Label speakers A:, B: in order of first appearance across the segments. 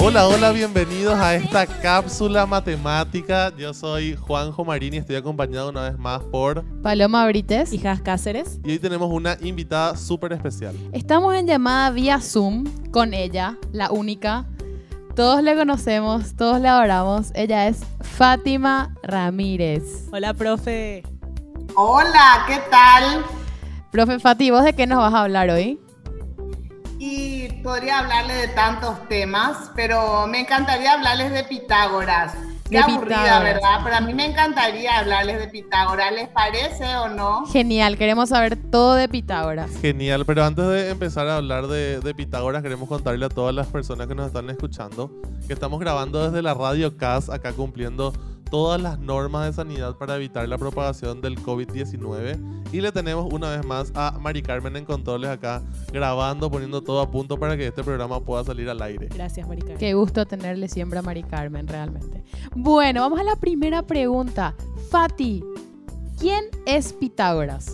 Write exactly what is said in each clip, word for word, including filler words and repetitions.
A: Hola, hola, bienvenidos a esta cápsula matemática. Yo soy Juanjo Marín y estoy acompañado una vez más por
B: Paloma Brites,
C: Hijas Cáceres.
A: Y hoy tenemos una invitada súper especial.
B: Estamos en llamada vía Zoom con ella, la única. Todos la conocemos, todos la adoramos. Ella es Fátima Ramírez.
C: Hola, profe.
D: Hola, ¿qué tal?
B: Profe Fati, ¿vos de qué nos vas a hablar hoy?
D: Y podría hablarles de tantos temas, pero me encantaría hablarles de Pitágoras. Qué
B: De
D: aburrida,
B: Pitágoras.
D: ¿verdad? Pero a mí me encantaría hablarles de Pitágoras. ¿Les parece o no?
B: Genial, queremos saber todo de Pitágoras.
A: Genial, pero antes de empezar a hablar de, de Pitágoras, queremos contarle a todas las personas que nos están escuchando que estamos grabando desde la Radio C A S, acá cumpliendo todas las normas de sanidad para evitar la propagación del COVID diecinueve. Y le tenemos una vez más a Mari Carmen en controles acá, grabando, poniendo todo a punto para que este programa pueda salir al aire.
C: Gracias, Maricar.
B: Qué gusto tenerle siempre a Mari Carmen, realmente. Bueno, vamos a la primera pregunta. Fati, ¿quién es Pitágoras?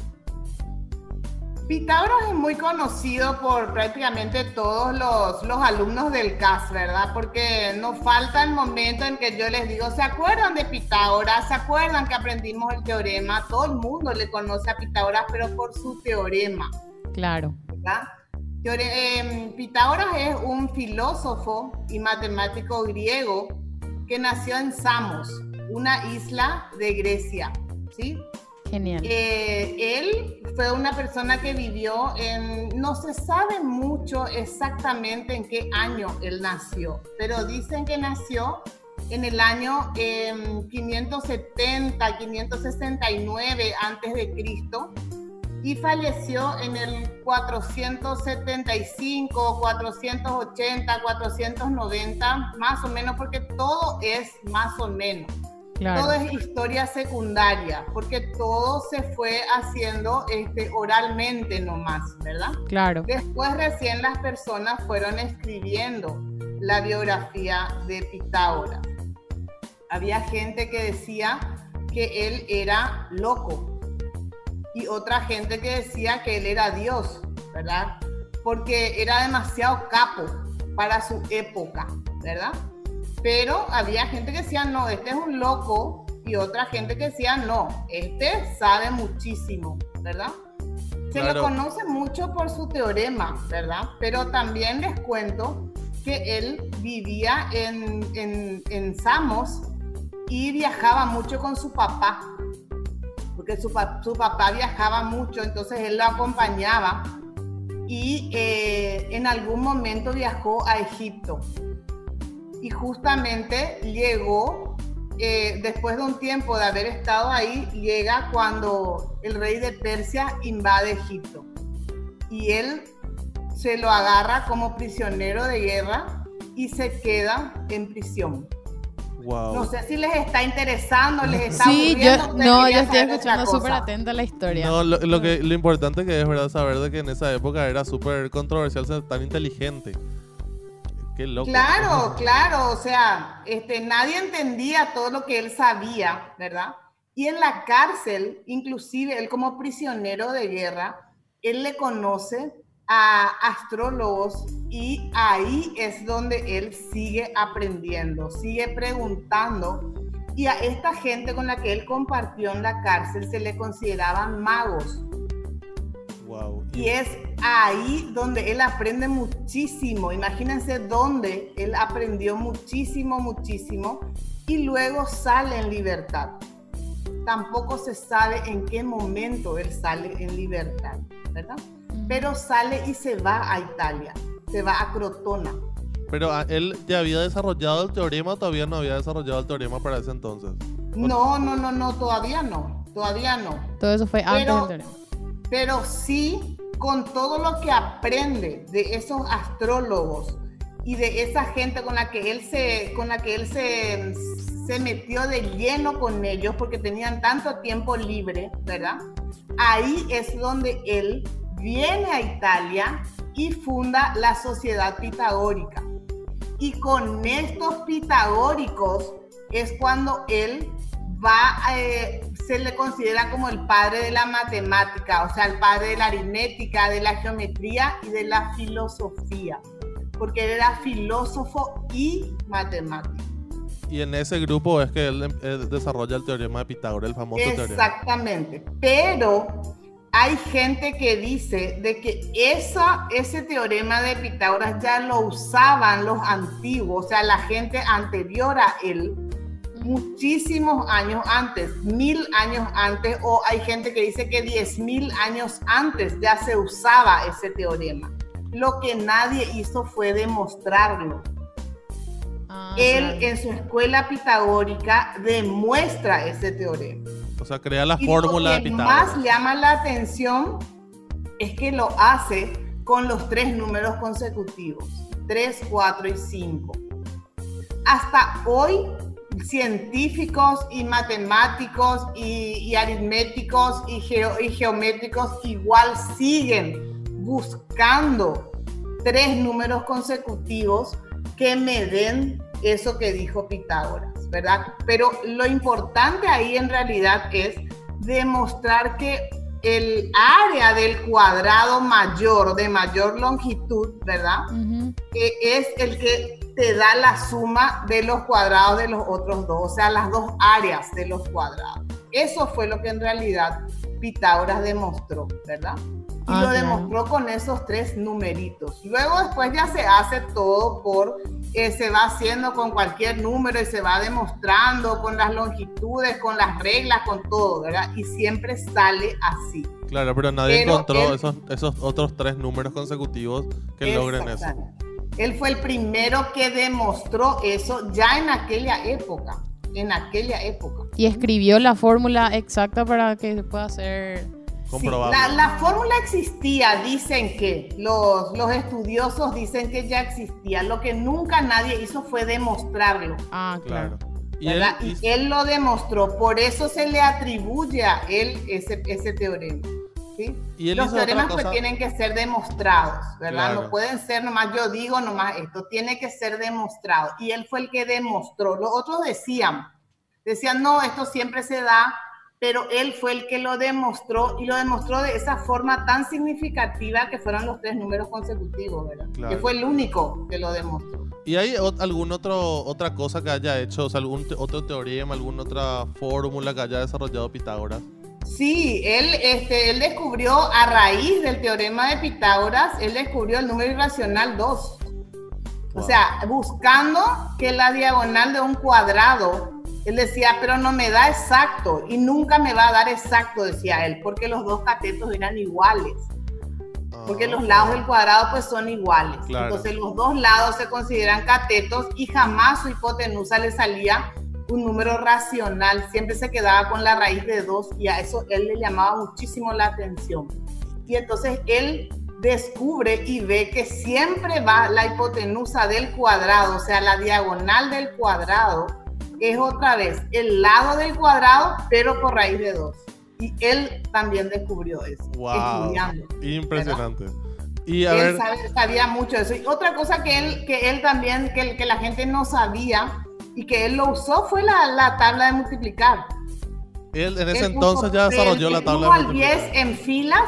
D: Pitágoras es muy conocido por prácticamente todos los, los alumnos del C A S, ¿verdad? Porque no falta el momento en que yo les digo, ¿se acuerdan de Pitágoras? ¿Se acuerdan que aprendimos el teorema? Todo el mundo le conoce a Pitágoras, pero por su teorema,
B: Claro.
D: ¿verdad? Teore- eh, Pitágoras es un filósofo y matemático griego que nació en Samos, una isla de Grecia, ¿sí?
B: Genial.
D: Eh, él fue una persona que vivió en, no se sabe mucho exactamente en qué año él nació, pero dicen que nació en el año eh, quinientos setenta, quinientos sesenta y nueve antes de Cristo y falleció en el cuatrocientos setenta y cinco, cuatrocientos ochenta, cuatrocientos noventa, más o menos, porque todo es más o menos.
B: Claro.
D: Todo es historia secundaria, porque todo se fue haciendo este, oralmente nomás, ¿verdad?
B: Claro.
D: Después recién las personas fueron escribiendo la biografía de Pitágoras. Había gente que decía que él era loco y otra gente que decía que él era Dios, ¿verdad? Porque era demasiado capo para su época, ¿verdad? Pero había gente que decía, no, este es un loco, y otra gente que decía, no, este sabe muchísimo, ¿verdad? Se
A: Claro.
D: lo conoce mucho por su teorema, ¿verdad? Pero también les cuento que él vivía en, en, en Samos y viajaba mucho con su papá, porque su, pa- su papá viajaba mucho, entonces él lo acompañaba y eh, en algún momento viajó a Egipto. Y justamente llegó, eh, después de un tiempo de haber estado ahí, llega cuando el rey de Persia invade Egipto. Y él se lo agarra como prisionero de guerra y se queda en prisión.
A: Wow.
D: No sé si les está interesando, les está
B: Sí,
D: aburriendo.
B: yo,
D: ustedes
B: no, yo
D: querían
B: estoy
D: saber otra
B: escuchando
D: cosa.
B: súper atenta a la historia.
A: No, lo, lo, que, lo importante que es, ¿verdad? Saber de que en esa época era súper controversial ser tan inteligente. Qué loco.
D: Claro, claro, o sea, este, nadie entendía todo lo que él sabía, ¿verdad? Y en la cárcel, inclusive él como prisionero de guerra, él le conoce a astrólogos y ahí es donde él sigue aprendiendo, sigue preguntando. Y a esta gente con la que él compartió en la cárcel se le consideraban magos.
A: Wow.
D: Y es ahí donde él aprende muchísimo. Imagínense dónde él aprendió muchísimo, muchísimo. Y luego sale en libertad. Tampoco se sabe en qué momento él sale en libertad, ¿verdad? Pero sale y se va a Italia. Se va a Crotona.
A: Pero ah, él ya había desarrollado el teorema o todavía no había desarrollado el teorema para ese entonces.
D: No, no, no, no, todavía no. Todavía no.
B: Todo eso fue antes
D: Pero-
B: del teorema.
D: Pero sí, con todo lo que aprende de esos astrólogos y de esa gente con la que él se, con la que él se, se metió de lleno con ellos porque tenían tanto tiempo libre, ¿verdad? Ahí es donde él viene a Italia y funda la Sociedad Pitagórica. Y con estos pitagóricos es cuando él va, eh, se le considera como el padre de la matemática, o sea, el padre de la aritmética, de la geometría y de la filosofía. porque él era filósofo y matemático.
A: Y en ese grupo es que él, él desarrolla el teorema de Pitágoras, el famoso teorema.
D: Exactamente, pero hay gente que dice de que esa, ese teorema de Pitágoras ya lo usaban los antiguos, o sea, la gente anterior a él, muchísimos años antes, mil años antes, o hay gente que dice que diez mil años antes ya se usaba ese teorema. Lo que nadie hizo fue demostrarlo. Ah, él claro. En su escuela pitagórica demuestra ese teorema.
A: O sea, crea la fórmula de Pitágoras.
D: Lo que más llama la atención es que lo hace con los tres números consecutivos, tres, cuatro y cinco. Hasta hoy, científicos y matemáticos y, y aritméticos y, geo, y geométricos igual siguen buscando tres números consecutivos que me den eso que dijo Pitágoras, ¿verdad? Pero lo importante ahí en realidad es demostrar que el área del cuadrado mayor, de mayor longitud, ¿verdad? Uh-huh. Que es el que te da la suma de los cuadrados de los otros dos, o sea, las dos áreas de los cuadrados. Eso fue lo que en realidad Pitágoras demostró, ¿verdad? Y ah, lo demostró con esos tres numeritos. Luego después ya se hace todo por, eh, se va haciendo con cualquier número y se va demostrando con las longitudes, con las reglas, con todo, ¿verdad? Y siempre sale así.
A: Claro, pero nadie pero encontró él, esos, esos otros tres números consecutivos que logren eso.
D: Él fue el primero que demostró eso ya en aquella época, en aquella época.
B: Y escribió la fórmula exacta para que se pueda hacer...
D: Sí, la, la fórmula existía, dicen que, los, los estudiosos dicen que ya existía, lo que nunca nadie hizo fue demostrarlo.
B: Ah, claro.
D: Y él, y él lo demostró, por eso se le atribuye a él ese, ese teorema. ¿Sí? ¿Y él los teoremas pues tienen que ser demostrados, ¿verdad? Claro. No pueden ser nomás yo digo nomás esto, tiene que ser demostrado. Y él fue el que demostró. Los otros decían, decían no, esto siempre se da, pero él fue el que lo demostró y lo demostró de esa forma tan significativa que fueron los tres números consecutivos, ¿verdad? Claro. Que fue el único que lo demostró.
A: ¿Y hay alguna otra cosa que haya hecho, o sea, algún te otro teorema, alguna otra fórmula que haya desarrollado Pitágoras?
D: Sí, él, este, él descubrió a raíz del teorema de Pitágoras, él descubrió el número irracional dos. Wow. O sea, buscando que la diagonal de un cuadrado, él decía, pero no me da exacto y nunca me va a dar exacto, decía él, porque los dos catetos eran iguales. Porque los lados del cuadrado pues son iguales. Claro. Entonces los dos lados se consideran catetos y jamás su hipotenusa le salía un número racional, siempre se quedaba con la raíz de dos y a eso él le llamaba muchísimo la atención. Y entonces él descubre y ve que siempre va la hipotenusa del cuadrado, o sea, la diagonal del cuadrado, es otra vez el lado del cuadrado, pero por raíz de dos. Y él también descubrió eso,
A: wow,
D: estudiando.
A: Impresionante.
D: ¿Verdad?
A: Y a
D: él
A: ver...
D: sabe, sabía mucho de eso. Y otra cosa que él, que él también, que, que la gente no sabía y que él lo usó fue la, la tabla de multiplicar.
A: Él en ese él entonces ya desarrolló la tabla de multiplicar.
D: Del uno al diez en filas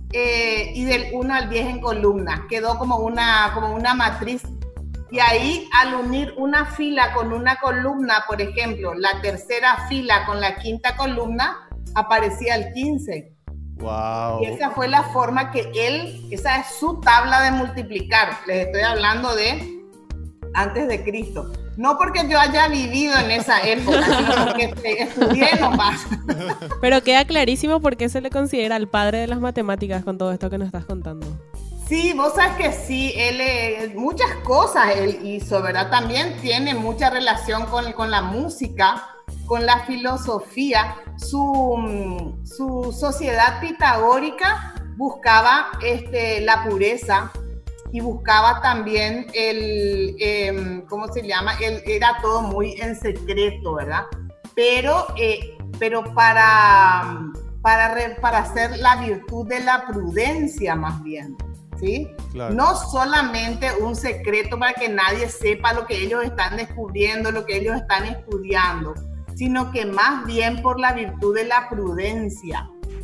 D: eh, y del uno al diez en columnas. Quedó como una, como una matriz. Y ahí, al unir una fila con una columna, por ejemplo, la tercera fila con la quinta columna, aparecía el quince.
A: Wow.
D: Y esa fue la forma que él, esa es su tabla de multiplicar. Les estoy hablando de antes de Cristo. No porque yo haya vivido en esa época, sino porque estudié nomás.
C: Pero queda clarísimo por qué se le considera el padre de las matemáticas con todo esto que nos estás contando.
D: Sí, vos sabes que sí, él eh, muchas cosas él hizo, ¿verdad? También tiene mucha relación con, con la música, con la filosofía. Su, su sociedad pitagórica buscaba este, la pureza y buscaba también el, eh, ¿cómo se llama? El, era todo muy en secreto, ¿verdad? Pero, eh, pero para, para, re, para hacer la virtud de la prudencia más bien. ¿Sí? Claro. No solamente un secreto para que nadie sepa lo que ellos están descubriendo, lo que ellos están estudiando, sino que más bien por la virtud de la prudencia.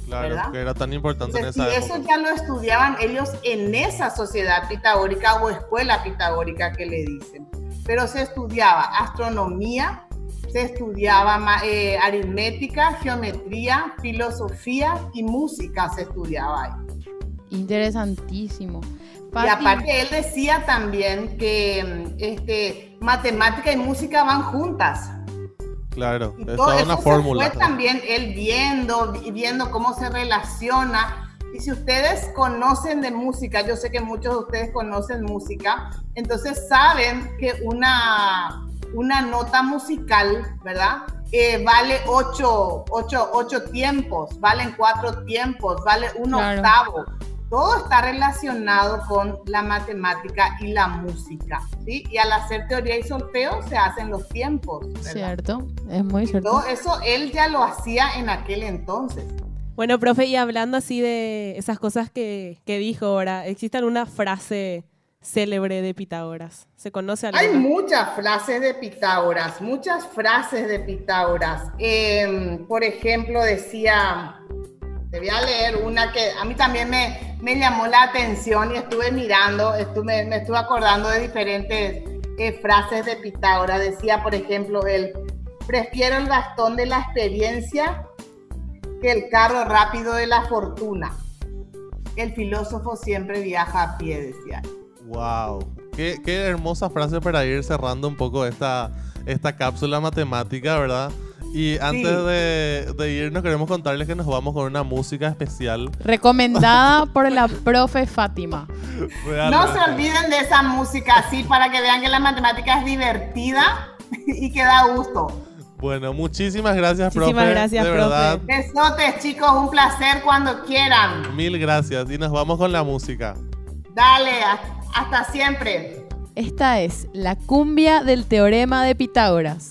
A: Claro,
D: ¿verdad?
A: que era tan importante
D: Entonces,
A: en esa
D: si
A: época.
D: eso ya lo estudiaban ellos en esa sociedad pitagórica o escuela pitagórica que le dicen. Pero se estudiaba astronomía, se estudiaba eh, aritmética, geometría, filosofía y música se estudiaba ahí.
B: Interesantísimo.
D: Y
B: Fati,
D: aparte él decía también que este, matemática y música van juntas.
A: Claro,
D: Y
A: es
D: todo
A: toda
D: eso
A: una
D: se
A: fórmula.
D: fue también él viendo, y viendo cómo se relaciona. Y si ustedes conocen de música, yo sé que muchos de ustedes conocen música, entonces saben que una, una nota musical, ¿verdad? Eh, vale ocho, ocho, ocho tiempos, valen cuatro tiempos, vale un
B: Claro.
D: octavo. Todo está relacionado con la matemática y la música, ¿sí? Y al hacer teoría y solfeo se hacen los tiempos, ¿verdad?
B: cierto, es muy cierto.
D: Todo eso él ya lo hacía en aquel entonces.
C: Bueno, profe, y hablando así de esas cosas que, que dijo ahora, ¿existe alguna frase célebre de Pitágoras? ¿Se conoce alguna?
D: Hay muchas frases de Pitágoras, muchas frases de Pitágoras. Eh, por ejemplo, decía, te voy a leer una que a mí también me, me llamó la atención y estuve mirando, estuve, me estuve acordando de diferentes eh, frases de Pitágoras. Decía, por ejemplo, él, prefiero el bastón de la experiencia que el carro rápido de la fortuna. El filósofo siempre viaja a pie, decía.
A: Wow, qué, qué hermosa frase para ir cerrando un poco esta, esta cápsula matemática, ¿verdad? Y antes
D: Sí.
A: de, de irnos queremos contarles que nos vamos con una música especial.
B: Recomendada por la profe Fátima.
D: No
A: Realmente.
D: se olviden de esa música así para que vean que la matemática es divertida y que da gusto.
A: Bueno, muchísimas gracias,
C: Muchísimas
A: profe.
C: gracias,
A: de
C: profe.
A: verdad,
D: Besotes, chicos, un placer cuando quieran.
A: mil gracias. Y nos vamos con la música.
D: Dale, hasta siempre.
B: Esta es la cumbia del teorema de Pitágoras.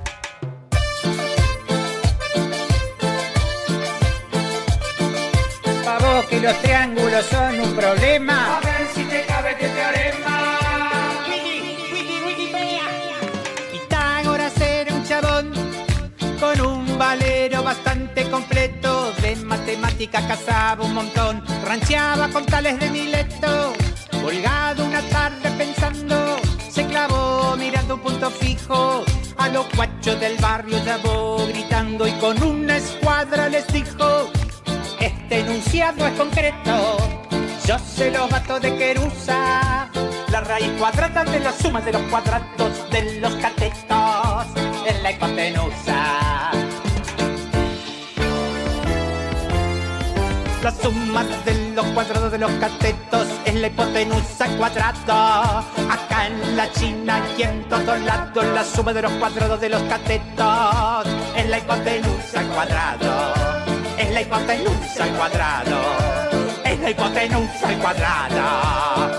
E: Pa' vos que los triángulos son un problema.
F: A ver si te cabe este teorema.
E: Pitágoras era un chabón con un valero bastante completo. De matemática cazaba un montón, rancheaba con tales de Mileto. Colgado una tarde pensando, se clavó mirando un punto fijo. A los guachos del barrio llamó gritando y con una escuadra les dijo: este enunciado es concreto, yo sé los datos de Querusa. La raíz cuadrada de la suma de los cuadrados de los catetos es la hipotenusa. La suma de los cuadrados de los catetos es la hipotenusa cuadrada. Acá en la China y en todos lados la suma de los cuadrados de los catetos es la hipotenusa cuadrado. Es la hipotenusa al cuadrado. Es la hipotenusa al cuadrado.